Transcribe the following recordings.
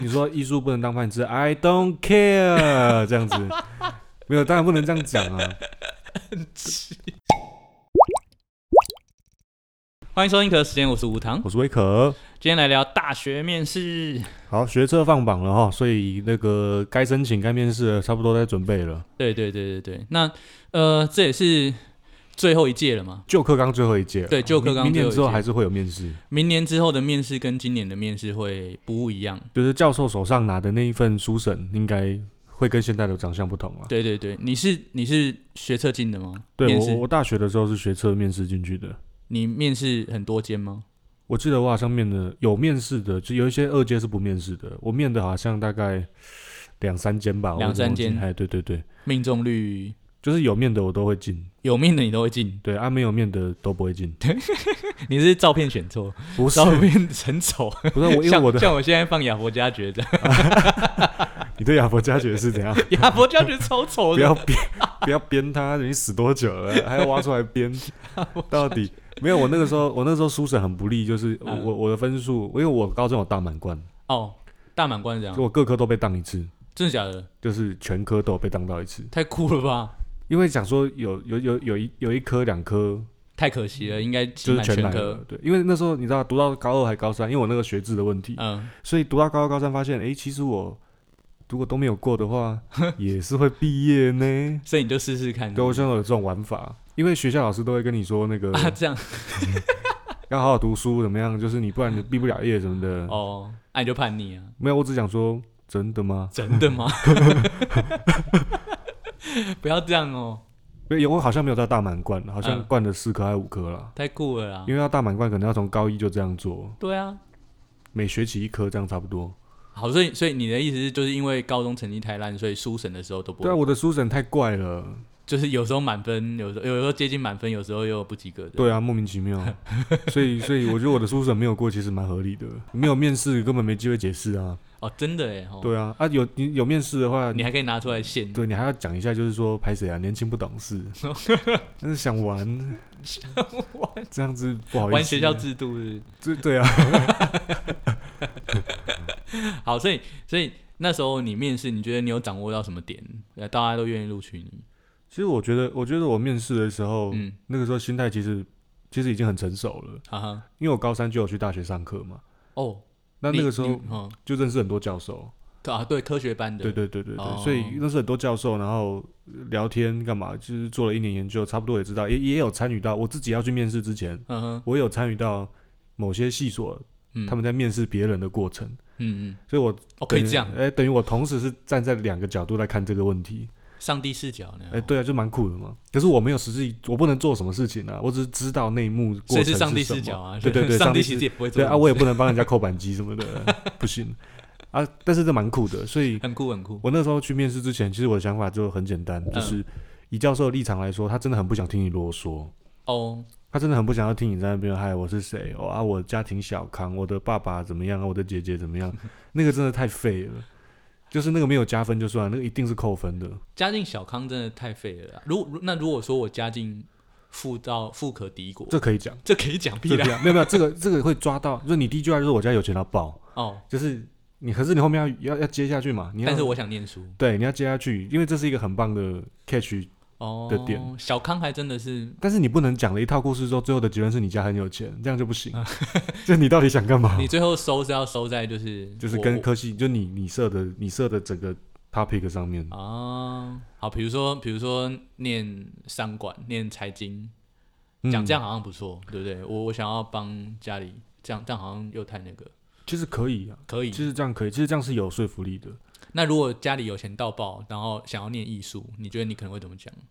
你说艺术不能当饭吃 ，I don't care 这样子，没有，当然不能这样讲啊。 欢迎收听可时间，我是吴糖， 我是威可， 今天来聊大学面试。 好，学测放榜了哈，所以那个该申请、该面试的差不多在准备了。 对，那这也是最后一届了嘛？ 旧课纲最后一届， 对，旧课纲明年之后还是会有面试。 明年之后的面试跟今年的面试会不一样， 就是教授手上拿的那一份书审，应该会跟现在的长相不同了。 对，你是学测进的吗？ 对，我大学的时候是学测面试进去的。 你面试很多间吗？ 我记得我好像有面试的，就有一些二阶是不面试的。我面的好像大概2-3间吧 ，2-3间。 哎，对， 命中率就是有面的我都会进， 有面的你都会进， 对啊，没有面的都不会进。 你是照片选错， 不是照片很丑， 不是我，因为我的像我现在放亚佛加爵的。 你对亚佛加爵是怎样？ 亚佛加爵超丑的， 不要编他，你死多久了，还要挖出来编？到底没有？我那个时候书审很不利，就是我的分数，因为我高中有大满贯哦，大满贯是这样， 所以我各科都被当一次， 真的假的？ 就是全科都有被当到一次， 太酷了吧！ 因为讲说有一科2科。 太可惜了，应该就是全来了，对，因为那时候你知道读到高2还高3，因为我那个学制的问题，所以读到高2高3发现，其实我如果都没有过的话，也是会毕业呢。 所以你就试试看。 对，我想有这种玩法，因为学校老师都会跟你说那个这样要好好读书，怎么样？就是你不然你毕不了业什么的。 哦，你就叛逆啊？ 没有，我只想说，真的吗？ 真的吗？不要这样哦。 我好像没有到大满贯，好像灌了4科还是5科啦。 太酷了啦！ 因为要大满贯，可能要从高1就这样做。 对啊， 每学期1科这样差不多。 好，所以你的意思是，就是因为高中成绩太烂，所以书审的时候都不会。 对啊，我的书审太怪了， 就是有时候满分，有时候接近满分，有时候又不及格的。 对啊，莫名其妙。所以我觉得我的书审没有过，其实蛮合理的。没有面试，根本没机会解释啊。 哦，真的耶。 对啊，你有面试的话， 你还可以拿出来献。 对，你还要讲一下，就是说拍谁啊，年轻不懂事，但是想玩，这样子不好意思。 玩学校制度是对啊。 好，所以那时候你面试，你觉得你有掌握到什么点，大家都愿意录取你？ 其实我觉得我面试的时候，那个时候心态其实已经很成熟了，因为我高3就有去大学上课嘛。哦。那个时候就认识很多教授啊，对，科学班的， 对，所以认识很多教授，然后聊天干嘛，就是做了1年研究，差不多也知道，也有参与到我自己要去面试之前，我也有参与到某些系所他们在面试别人的过程，所以我可以这样， 等于我同时是站在2个角度来看这个问题。 上帝视角呢？ 对啊，就蛮酷的嘛。可是我没有实际，我不能做什么事情啊，我只是知道内幕过程是什么。所以是上帝视角啊？ 对， 上帝其实也不会做。 对啊，我也不能帮人家扣扳机什么的，不行啊。但是这蛮酷的，所以很酷。 我那时候去面试之前，其实我的想法就很简单，就是以教授的立场来说，他真的很不想听你啰嗦哦。他真的很不想要听你在那边嗨我是谁我家庭小康，我的爸爸怎么样我的姐姐怎么样，那个真的太废了。就是那个没有加分就算了，那个一定是扣分的。 家境小康真的太废了啦。如果说我家境富可敌国， 这可以讲， 必然没有这个会抓到。就是你第一句话就是我家有钱到爆哦，就是可是你后面要接下去嘛。 但是我想念书， 对，你要接下去，因为这是一个很棒的 catch 的点。 小康还真的是， 但是你不能讲了一套故事之后，最后的结论是你家很有钱，这样就不行。就你到底想干嘛？ 你最后收是要收在就是跟科系，就你设的整个 topic 上面啊。好，比如说念商管、念财经，讲这样好像不错，对不对？我想要帮家里，这样好像又太那个。 其实可以啊，其实这样可以，其实这样是有说服力的。 那如果家里有钱到爆，然后想要念艺术，你觉得你可能会怎么讲？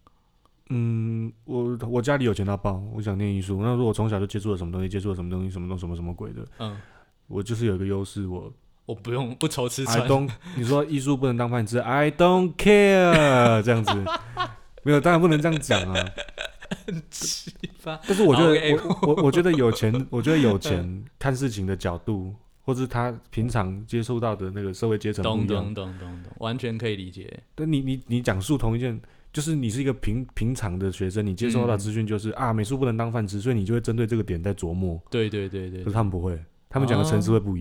我家里有钱到爆，我想念艺术。那如果我从小就接触了什么东西，什么鬼的，我就是有一个优势，我不愁吃穿。 你说艺术不能当饭吃 ，I don't care 这样子，没有，当然不能这样讲啊。 很奇葩。 但是我觉得，我觉得有钱看事情的角度。或是他平常接触到的那个社会阶层不一样， 懂，完全可以理解。 但你讲述同一件，就是你是一个平常的学生，你接收到资讯就是美术不能当饭吃，所以你就会针对这个点在琢磨。 对。 可是他们不会，他们讲的层次会不一样。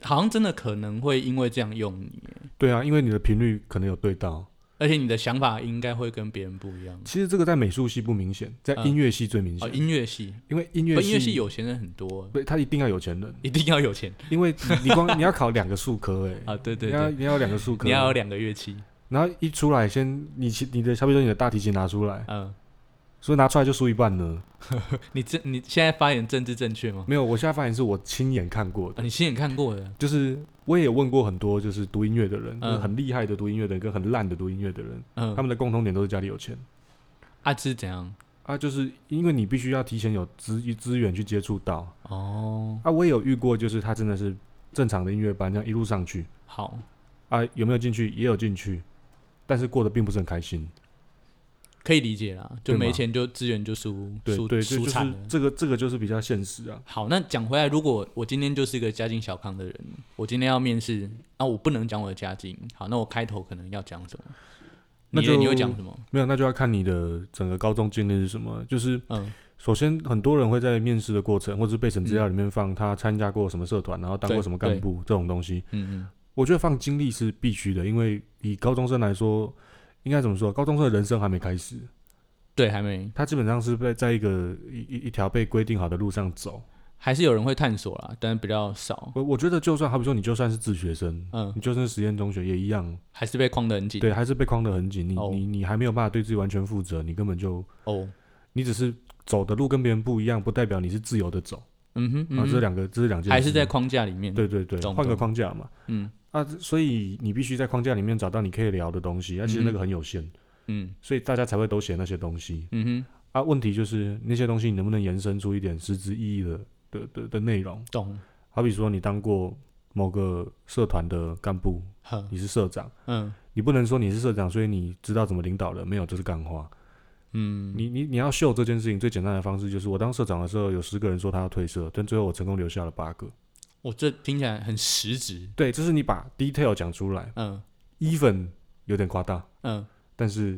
好像真的可能会因为这样用你。 对啊，因为你的频率可能有对到， 而且你的想法应该会跟别人不一样。 其实这个在美术系不明显，在音乐系最明显。 音乐系， 因为音乐系有钱人很多， 对，他一定要有钱人， 一定要有钱， 因为你光你要考2个术科， 对， 你要2个术科， 你要有2个乐器， 然后一出来先你的，差不多你的大提琴拿出来，所以拿出来就输一半呢。 你现在发言政治正确吗？ 没有，我现在发言是我亲眼看过的。 你亲眼看过的， 就是我也有问过很多就是读音乐的人，就是很厉害的读音乐的人跟很烂的读音乐的人，他们的共同点都是家里有钱。 这是怎样？ 就是因为你必须要提前有资源去接触到。我也有遇过，就是他真的是正常的音乐班，这样一路上去。 好有没有进去？也有进去，但是过得并不是很开心。 可以理解啦，就没钱就资源就输惨了。 这个就是比较现实啊。 好，那讲回来，如果我今天就是一个家境小康的人，我今天要面试，我不能讲我的家境。好，那我开头可能要讲什么？你会讲什么？ 没有，那就要看你的整个高中经历是什么。就是首先很多人会在面试的过程或者是备审资料里面放他参加过什么社团，然后当过什么干部这种东西。我觉得放经历是必须的，因为以高中生来说。应该怎么说？高中生的人生还没开始， 对，还没。 他基本上是在一条被规定好的路上走， 还是有人会探索啦，但是比较少。 我觉得就算好比说你就算是自学生，你就算是实验中学也一样， 还是被框得很紧。 对，还是被框得很紧。你还没有办法对自己完全负责，你根本就你只是走的路跟别人不一样，不代表你是自由的走。这是两件事， 还是在框架里面。 对，换个框架嘛。所以你必须在框架里面找到你可以聊的东西，其实那个很有限，所以大家才会都写那些东西，问题就是那些东西你能不能延伸出一点实质意义的内容？ 懂。 好比说你当过某个社团的干部，你是社长，你不能说你是社长，所以你知道怎么领导人，没有，这是干话。你要秀这件事情最简单的方式就是我当社长的时候有10个人说他要退社，但最后我成功留下了8个。 这听起来很实质。 对，就是你把 detail 讲出来，even 有点夸大，但是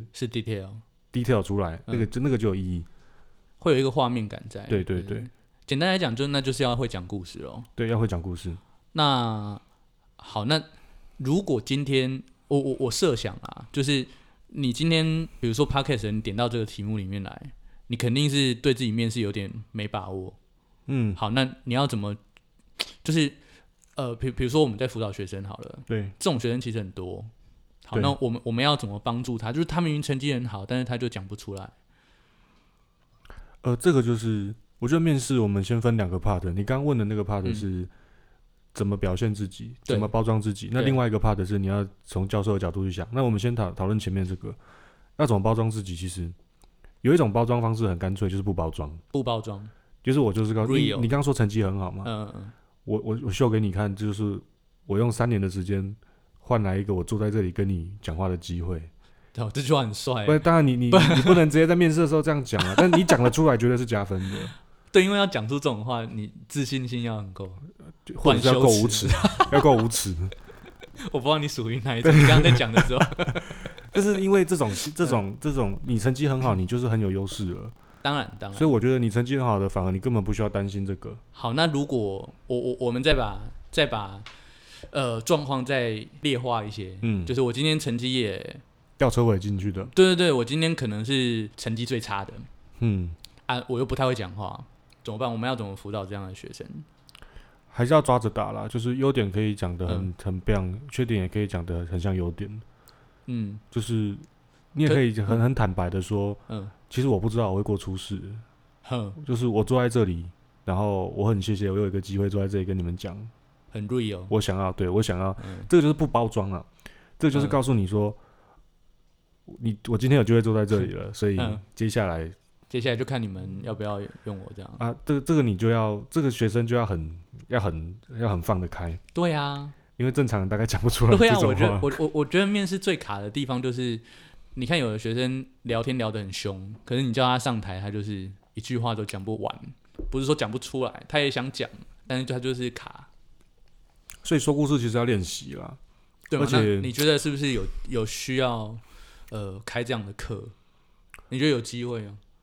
detail 出来，那个就有意义， 会有一个画面感在。 对， 简单来讲，那就是要会讲故事咯。 对，要会讲故事。 那好，那如果今天我设想啊，就是你今天比如说 podcast 你点到这个题目里面来，你肯定是对自己面试有点没把握。好，那你要怎么？就是比如说我们在辅导学生好了， 对， 这种学生其实很多。好，那我们要怎么帮助他？就是他明明成绩很好，但是他就讲不出来。 这个就是我觉得面试我们先分2个 part。你刚刚问的那个 part 是怎么表现自己，怎么包装自己。那另外一个 part 是你要从教授的角度去想。那我们先讨论前面这个，要怎么包装自己？其实有一种包装方式很干脆，就是不包装。 不包装， 就是我就是告诉你，你刚刚说成绩很好嘛，我秀给你看，就是我用3年的时间换来一个我坐在这里跟你讲话的机会。 这句话很帅。 不，当然你不能直接在面试的时候这样讲啊，但你讲得出来绝对是加分的。 对，因为要讲出这种话，你自信心要很够， 或者是要够无耻，要够无耻。 我不知道你属于哪一种。你刚刚在讲的时候， 就是因为这种，你成绩很好，你就是很有优势了。 当然。 所以我觉得你成绩很好的，反而你根本不需要担心这个。 好，那如果我们再把状况再劣化一些，就是我今天成绩也吊车尾进去的。 对，我今天可能是成绩最差的，我又不太会讲话，怎么办？我们要怎么辅导这样的学生？ 还是要抓着打啦，就是优点可以讲得很棒，缺点也可以讲得很像优点。就是你也可以很坦白的说，其实我不知道我会过出事，就是我坐在这里，然后我很谢谢我有一个机会坐在这里跟你们讲， 很 real。 我想要，这个就是不包装啊，这个就是告诉你说，我今天有机会坐在这里了，所以接下来就看你们要不要用我这样啊。这个你就要，这个学生就要很放得开。对啊，因为正常人大概讲不出来这种话。对啊， 我觉得面试最卡的地方就是。你看，有的学生聊天聊得很凶，可是你叫他上台，他就是一句话都讲不完，不是说讲不出来，他也想讲，但是他就是卡。 所以说故事其实要练习啦， 对吗？那你觉得是不是有需要开这样的课？你觉得有机会吗？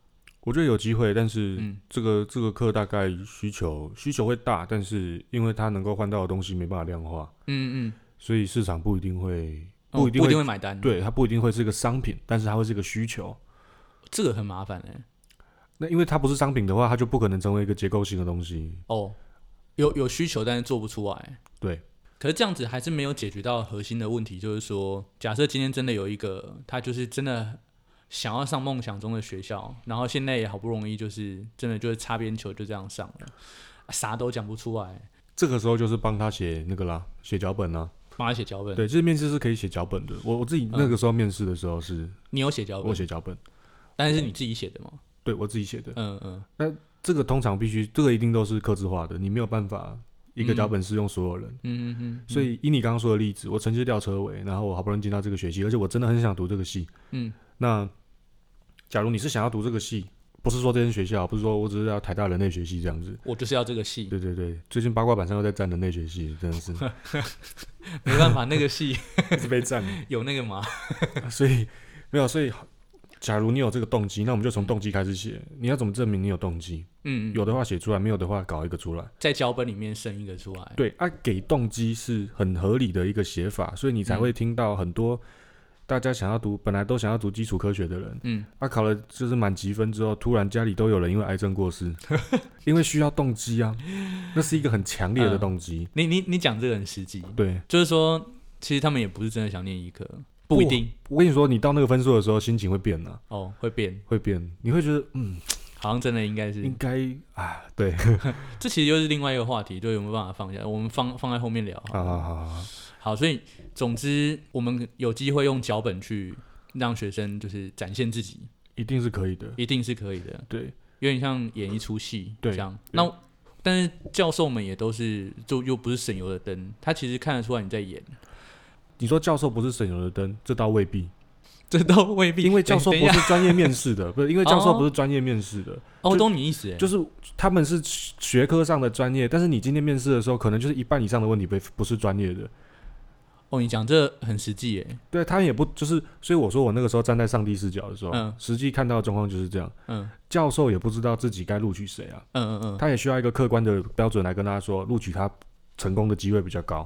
我觉得有机会，但是这个课大概需求会大，但是因为它能够换到的东西没办法量化，所以市场不一定会买单。 对，它不一定会是一个商品，但是它会是一个需求。 这个很麻烦那因为它不是商品的话，它就不可能成为一个结构性的东西。 有需求，但是做不出来。 对。 可是这样子还是没有解决到核心的问题，就是说，假设今天真的有一个他就是真的想要上梦想中的学校，然后现在也好不容易就是真的就是擦边球就这样上了，啥都讲不出来。 这个时候就是帮他写那个啦，写脚本啦。 帮他写脚本。 对，其实面试是可以写脚本的。我自己那个时候面试的时候是， 你有写脚本？ 我写脚本， 但是你自己写的吗？ 对，我自己写的。那这个通常这个一定都是客制化的，你没有办法一个脚本适用所有人。所以以你刚刚说的例子，我成绩吊车尾，然后我好不容易进到这个学系，而且我真的很想读这个系。那假如你是想要读这个系，不是说这间学校，不是说我只是要台大人类学系这样子， 我就是要这个系。 对对对，最近八卦版上又在占人类学系，真的是没办法，那个系一直被占， 有那个吗？ 所以没有，所以假如你有这个动机，那我们就从动机开始写。你要怎么证明你有动机？有的话写出来，没有的话搞一个出来， 在脚本里面生一个出来。 对给动机是很合理的一个写法，所以你才会听到很多大家本来都想要读基础科学的人，考了就是满级分之后，突然家里都有人因为癌症过世，因为需要动机啊，那是一个很强烈的动机。 你讲这个很实际， 对， 就是说其实他们也不是真的想念医科。不一定， 我跟你说，你到那个分数的时候，心情会变的。 会变， 你会觉得， 好像真的应该对， 这其实又是另外一个话题，对，有没有办法放下？我们放在后面聊。好，所以总之，我们有机会用脚本去让学生就是展现自己， 一定是可以的， 对，有点像演一出戏， 对， 这样。那但是教授们也都是，就又不是省油的灯，他其实看得出来你在演。 你说教授不是省油的灯，这倒未必， 因为教授不是专业面试的，不是因为教授不是专业面试的。 我懂你意思， 就是他们是学科上的专业，但是你今天面试的时候，可能就是一半以上的问题不是专业的。 你讲这很实际耶。 对，他也不就是，所以我说我那个时候站在上帝视角的时候，实际看到的状况就是这样。教授也不知道自己该录取谁啊。他也需要一个客观的标准来跟他说，录取他成功的机会比较高。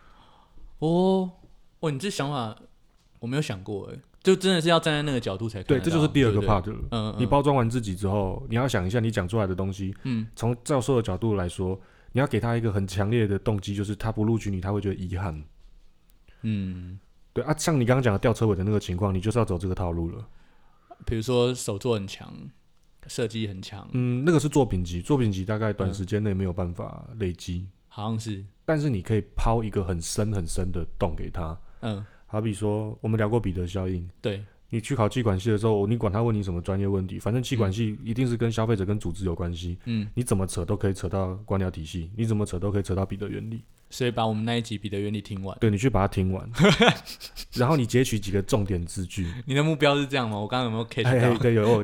你这想法我没有想过哎，就真的是要站在那个角度才看得到。 对，这就是第二个 part 了。你包装完自己之后，你要想一下你讲出来的东西。从教授的角度来说，你要给他一个很强烈的动机，就是他不录取你，他会觉得遗憾。对啊，像你刚刚讲的吊车尾的那个情况，你就是要走这个套路了。 比如说手作很强，设计很强。 那个是作品集大概短时间内没有办法累积。 好像是， 但是你可以抛一个很深很深的洞给他。好比说我们聊过彼得效应， 对， 你去考企管系的时候，你管他问你什么专业问题，反正企管系一定是跟消费者跟组织有关系。你怎么扯都可以扯到官僚体系，你怎么扯都可以扯到彼得原理。 所以把我们那一集彼得原理听完。 对，你去把它听完，然后你截取几个重点字句。 你的目标是这样吗？我刚刚有没有 catch 到？ 对，有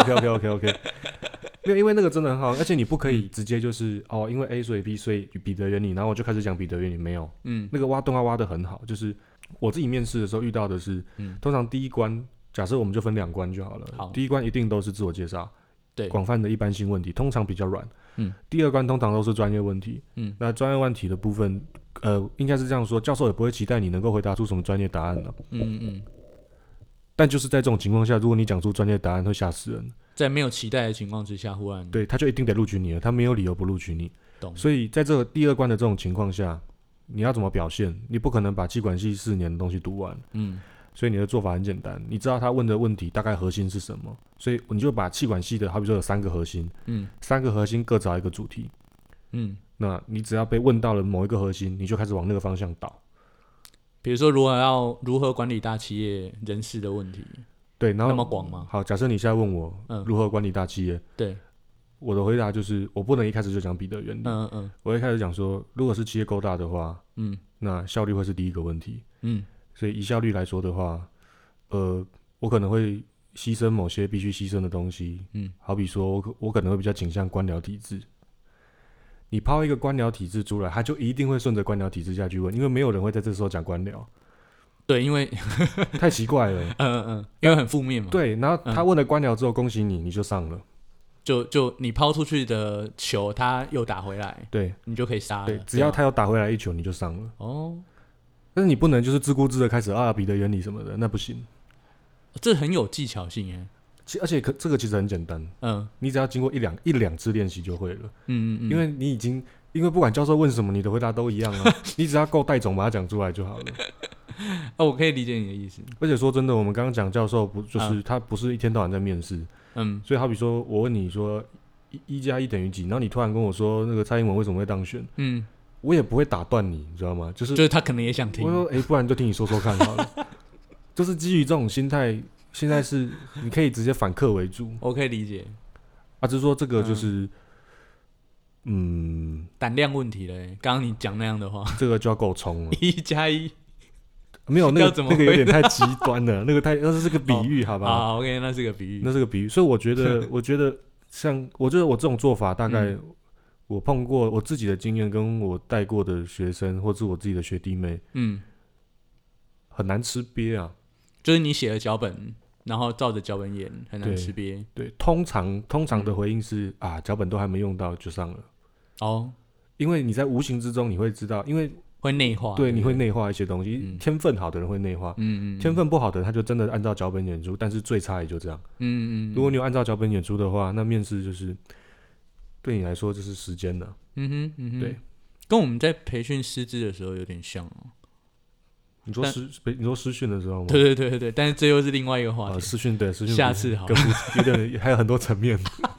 OK。因为那个真的很好，而且你不可以直接就是因为 A 所以 B 所以彼得原理，然后我就开始讲彼得原理，没有。那个挖洞要挖得很好，就是我自己面试的时候遇到的是，通常第一关，假设我们就分2关就好了。好，第一关一定都是自我介绍， 对， 广泛的一般性问题，通常比较软。第二关通常都是专业问题。那专业问题的部分，应该是这样说，教授也不会期待你能够回答出什么专业答案了。但就是在这种情况下，如果你讲出专业答案，会吓死人。 在没有期待的情况之下，忽然对他就一定得录取你了，他没有理由不录取你。 懂。 所以在这个第二关的这种情况下，你要怎么表现？你不可能把企管系4年的东西读完。所以你的做法很简单，你知道他问的问题大概核心是什么，所以你就把企管系的，好比说有3个核心，3个核心各找一个主题。那你只要被问到了某一个核心，你就开始往那个方向导。 比如说如何管理大企业人事的问题。 对，然后那么广吗？ 好，假设你现在问我如何管理大企业， 对， 我的回答就是我不能一开始就讲彼得原理。我一开始讲说，如果是企业够大的话，那效率会是第一个问题。所以以效率来说的话，我可能会牺牲某些必须牺牲的东西。好比说我可能会比较倾向官僚体制。你抛一个官僚体制出来，他就一定会顺着官僚体制下去问，因为没有人会在这时候讲官僚。 对，因为太奇怪了。 因为很负面嘛。 对，然后他问了官僚之后，恭喜你，你就上了。 就你抛出去的球，他又打回来， 对， 你就可以杀了。 对，只要他有打回来一球，你就上了。哦，但是你不能就是自顾自的开始彼得原理什么的，那不行。 这很有技巧性耶。 而且这个其实很简单，你只要经过一两次练习就会了。因为你因为不管教授问什么，你的回答都一样啊，你只要够带种把它讲出来就好了。 我可以理解你的意思。 而且说真的，我们刚刚讲教授就是他不是一天到晚在面试，所以好比说我问你说1+1等于几，然后你突然跟我说那个蔡英文为什么会当选，我也不会打断你知道吗？就是他可能也想听， 我说不然就听你说说看好了。就是基于这种心态，现在是你可以直接反客为主， 我可以理解。 只是说这个就是胆量问题嘞。刚刚你讲那样的话， 这个就要够冲了。 1+1 没有那个有点太极端了，那是个比喻，好吧？ 好 ，OK， 那是个比喻， 所以我觉得我觉得我这种做法，大概我碰过我自己的经验，跟我带过的学生，或是我自己的学弟妹，很难吃瘪啊。 就是你写了脚本，然后照着脚本演，很难吃瘪。 对，通常的回应是脚本都还没用到就上了。因为你在无形之中你会知道，因为会内化， 对，你会内化一些东西。天分好的人会内化，天分不好的人他就真的按照脚本演出，但是最差也就这样。如果你有按照脚本演出的话，那面试就是对你来说就是时间了。对， 跟我们在培训师资的时候有点像哦。 你说师训的时候吗？ 对，但是这又是另外一个话题。 师训对，师训下次好， 有点还有很多层面。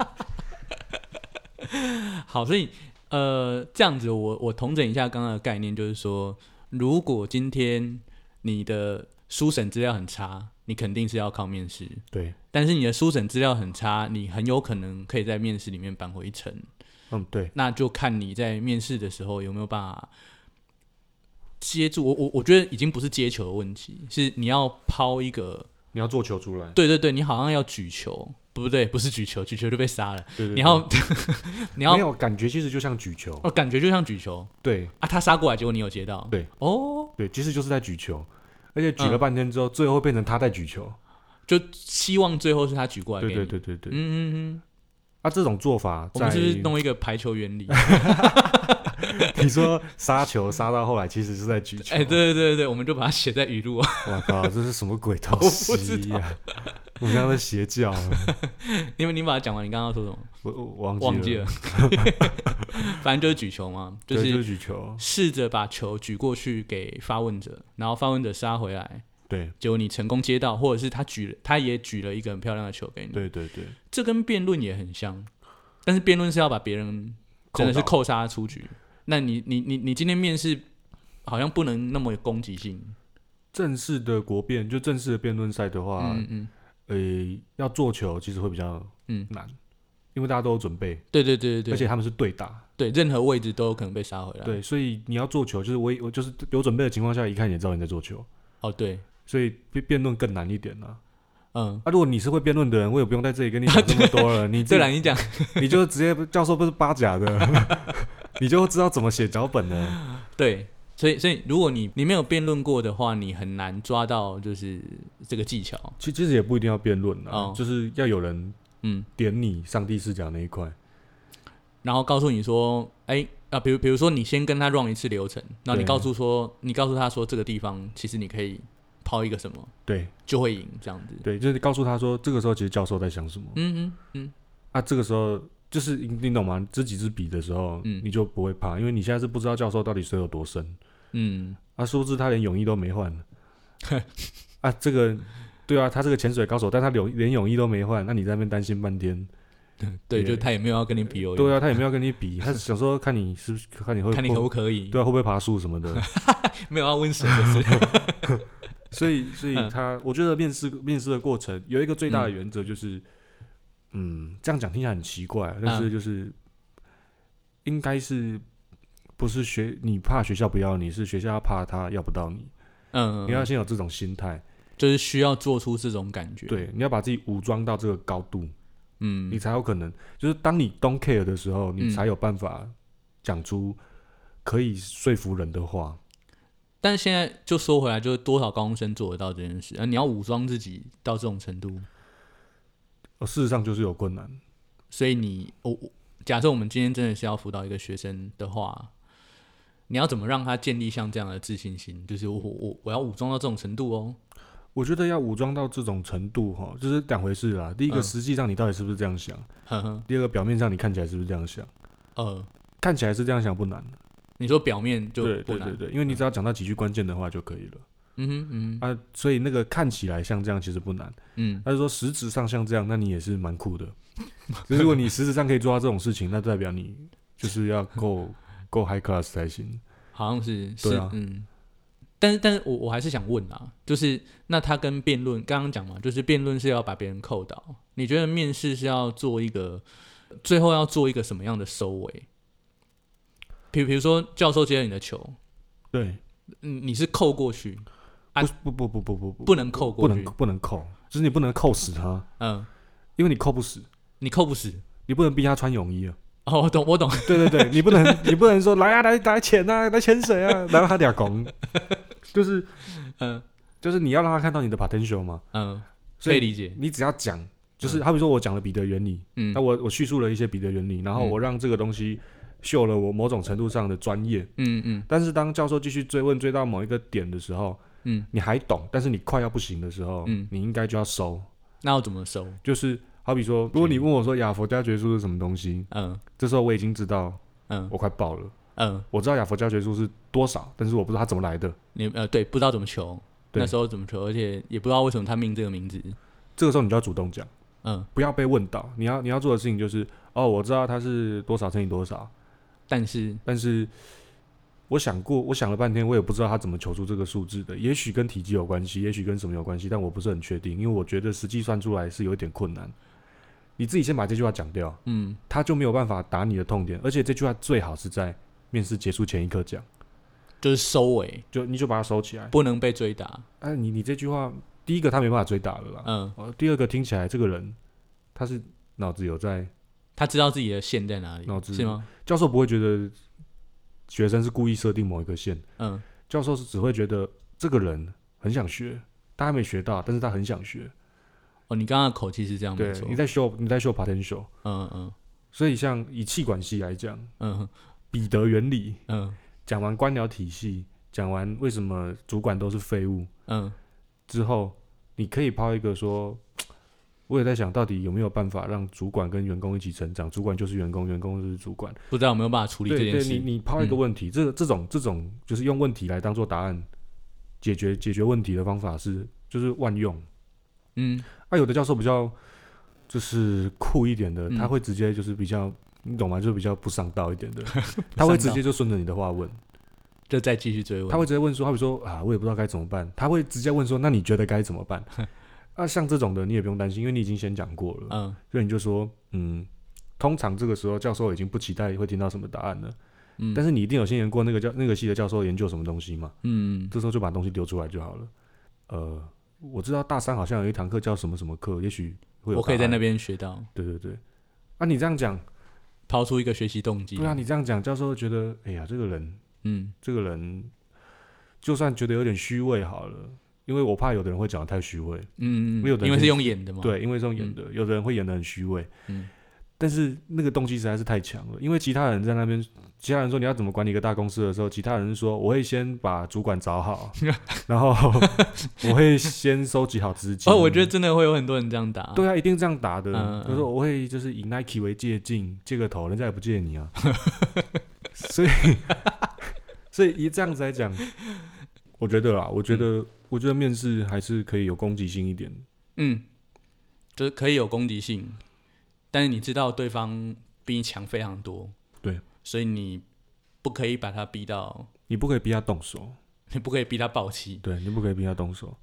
好，所以这样子我统整一下刚刚的概念，就是说，如果今天你的书审资料很差，你肯定是要靠面试。 对， 但是你的书审资料很差，你很有可能可以在面试里面扳回一城。 对， 那就看你在面试的时候有没有办法接住。我觉得已经不是接球的问题，是你要抛一个， 你要做球出来。 对，你好像要举球，不对，不是举球就被杀了。 对， 你要没有感觉，其实就像举球。 感觉就像举球。 对他杀过来，结果你有接到。 对，对，其实就是在举球，而且举了半天之后，最后会变成他在举球， 就希望最后是他举过来给你。 对，这种做法， 我们是不是弄一个排球原理？ 你说杀球杀到后来其实是在举球。 对，我们就把它写在语录。 我靠，这是什么鬼东西呀？我刚刚在邪教。 因为你把它讲完，你刚刚说什么？ 我忘记了。 反正就是举球嘛， 就是举球， 试着把球举过去给发问者，然后发问者杀回来。 对， 结果你成功接到，或者是他也举了一个很漂亮的球给你。 对， 这跟辩论也很像，但是辩论是要把别人真的是扣杀出局。那你今天面试好像不能那么有攻击性。 正式的国辩就正式的辩论赛的话，要做球其实会比较难，因为大家都有准备。对，而且他们是对打， 对，任何位置都有可能被杀回来。 对，所以你要做球，就是我就是有准备的情况下，一看也知道你在做球。 对。 所以辩论更难一点啦。如果你是会辩论的人，我也不用在这里跟你讲这么多了。 对了，你讲， 你就直接教授不是八甲的，你就知道怎么写脚本了。 对，所以如果你没有辩论过的话，你很难抓到就是这个技巧。 其实也不一定要辩论啦，就是要有人点你上帝视角那一块， 然后告诉你说，比如说你先跟他 run 一次流程，然后你告诉他说这个地方其实你可以抛一个什么， 对， 就会赢这样子。 对，就是告诉他说这个时候其实教授在想什么。这个时候就是你懂吗？知己知彼的时候，你就不会怕，因为你现在是不知道教授到底水有多深。殊不知他连泳衣都没换。这个对啊，他是个潜水高手，但他连泳衣都没换，那你在那边担心半天。 对，就他也没有要跟你比游泳。 对啊，他也没有要跟你比，他想说看你可不可以。 对啊，会不会爬树什么的。 没有要温水的事。 所以我觉得面试的过程有一个最大的原则就是，这样讲听起来很奇怪，但是就是应该是不是你怕学校不要你，是学校怕他要不到你。你要先有这种心态， 就是需要做出这种感觉。 对，你要把自己武装到这个高度，你才有可能，就是当你 don't care 的时候，你才有办法讲出可以说服人的话。 但是现在就说回来，就是多少高中生做得到这件事？你要武装自己到这种程度， 事实上就是有困难。 所以假设我们今天真的是要辅导一个学生的话，你要怎么让他建立像这样的自信心？就是我要武装到这种程度哦。 我觉得要武装到这种程度就是两回事啦。第一个，实际上你到底是不是这样想？第二个，表面上你看起来是不是这样想？看起来是这样想不难。 你说表面就不难， 对，因为你只要讲到几句关键的话就可以了。所以那个看起来像这样其实不难。但是说实质上像这样，那你也是蛮酷的。如果你实质上可以做到这种事情，那代表你就是要够 high class 才行。 好像是， 对啊， 但是我还是想问啊，就是那他跟辩论刚刚讲嘛，就是辩论是要把别人扣倒，你觉得面试是要做一个最后要做一个什么样的收尾？比如说教授接了你的球， 对， 你是扣过去， 不能扣过去， 不能扣，就是你不能扣死他，因为你扣不死， 你不能逼他穿泳衣啊。 我懂。 对，你不能说来啊，来潜啊，来潜水啊，然后他俩拱，就是你要让他看到你的 potential 嘛， 可以理解。 你只要讲，就是好比说我讲了彼得原理，那我叙述了一些彼得原理，然后我让这个东西秀了我某种程度上的专业，但是当教授继续追问追到某一个点的时候，你还懂，但是你快要不行的时候，你应该就要收。 那要怎么收？ 就是好比说，如果你问我说亚佛加决数是什么东西，这时候我已经知道，我快爆了，我知道亚佛加决数是多少，但是我不知道它怎么来的。 对，不知道怎么求，那时候怎么求，而且也不知道为什么他命这个名字。 这个时候你就要主动讲，不要被问到。你要做的事情就是，我知道它是多少乘以多少，但是我想了半天，我也不知道他怎么求出这个数字的。也许跟体积有关系，也许跟什么有关系，但我不是很确定，因为我觉得实际算出来是有一点困难。你自己先把这句话讲掉，他就没有办法打你的痛点，而且这句话最好是在面试结束前一刻讲， 就是收尾， 你就把它收起来， 不能被追打。 你这句话，第一个他没办法追打了啦，第二个听起来这个人他是脑子有在， 他知道自己的线在哪里，是吗？ 教授不会觉得学生是故意设定某一个线，教授是只会觉得这个人很想学，他还没学到，但是他很想学。 你刚刚的口气是这样， 对，你在show potential，所以像以企管系来讲，彼得原理，讲完官僚体系，讲完为什么主管都是废物，之后你可以抛一个说，我也在想到底有没有办法让主管跟员工一起成长，主管就是员工，员工就是主管， 不知道有没有办法处理这件事。 对，你抛一个问题，这种就是用问题来当做答案，解决问题的方法就是万用。有的教授比较就是酷一点的，他会直接就是比较，你懂吗？就比较不上道一点的，他会直接就顺着你的话问， 就再继续追问。 他会直接问说，好比说我也不知道该怎么办，他会直接问说，那你觉得该怎么办？像这种的你也不用担心，因为你已经先讲过了，所以你就说，通常这个时候教授已经不期待会听到什么答案了，但是你一定有先研过那个系的教授研究什么东西嘛，这时候就把东西丢出来就好了。我知道大三好像有一堂课叫什么什么课，也许会有我可以在那边学到。 对，你这样讲， 抛出一个学习动机。 对啊，你这样讲，教授会觉得，哎呀，这个人，就算觉得有点虚伪好了，因为我怕有的人会讲得太虚伪，因为是用演的嘛。 对，因为是用演的，有的人会演得很虚伪，但是那个动机实在是太强了，因为其他人在那边，其他人说你要怎么管理一个大公司的时候，其他人说我会先把主管找好，然后我会先收集好资金。 我觉得真的会有很多人这样打。 对啊，一定这样打的。就是我会就是以 Nike 为借镜，借个头，人家也不借你啊。所以以这样子来讲，我觉得面试还是可以有攻击性一点。 就是可以有攻击性。但是你知道对方比你强非常多， 对， 所以你不可以把他逼到， 你不可以逼他动手， 你不可以逼他爆气， 对，你不可以逼他动手。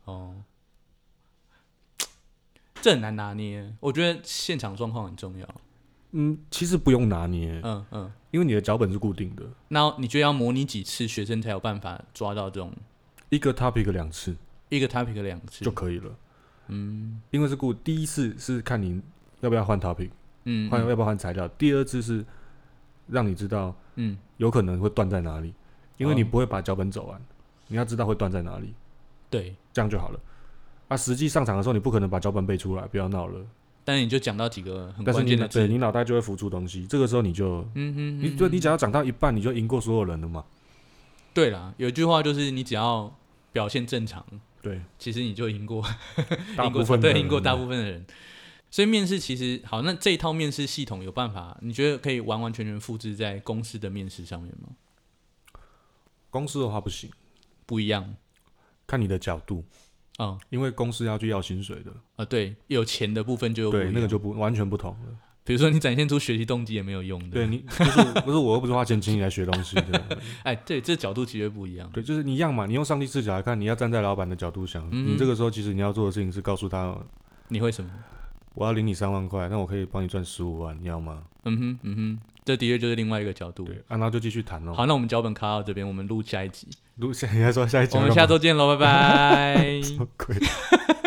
这很难拿捏，我觉得现场状况很重要。 其实不用拿捏，因为你的脚本是固定的。 那你觉得要模拟几次，学生才有办法抓到这种一个 topic 2次， 一个 topic 2次就可以了。因为是第一次是看你要不要换 topic，要不要换材料。第二次是让你知道，有可能会断在哪里，因为你不会把脚本走完，你要知道会断在哪里， 对， 这样就好了。实际上场的时候，你不可能把脚本背出来，不要闹了。 但是你就讲到几个很关键的字， 对，你脑袋就会浮出东西。这个时候你就，你只要讲到一半，你就赢过所有人了嘛。 对啦，有一句话就是你只要表现正常， 对， 其实你就赢过大部分的人， 赢过大部分的人。所以面试其实好，那这一套面试系统有办法，你觉得可以完完全全复制在公司的面试上面吗？ 公司的话不行， 不一样， 看你的角度。因为公司要去要薪水的。 对，有钱的部分就对，那个就完全不同了。 比如说你展现出学习动机也没有用的。 对，你不是我又不是花钱请你来学东西的。 对，这角度其实不一样。 对，就是你一样嘛，你用上帝视角来看，你要站在老板的角度想，你这个时候其实你要做的事情是告诉他， 你会什么？ 我要领你3万块，那我可以帮你赚15万，你要吗？ 这的确就是另外一个角度。 对，然后就继续谈咯。 好，那我们脚本卡到这边，我们录下一集。 你还说下一集？ 我们下周见喽，拜拜。 什么鬼？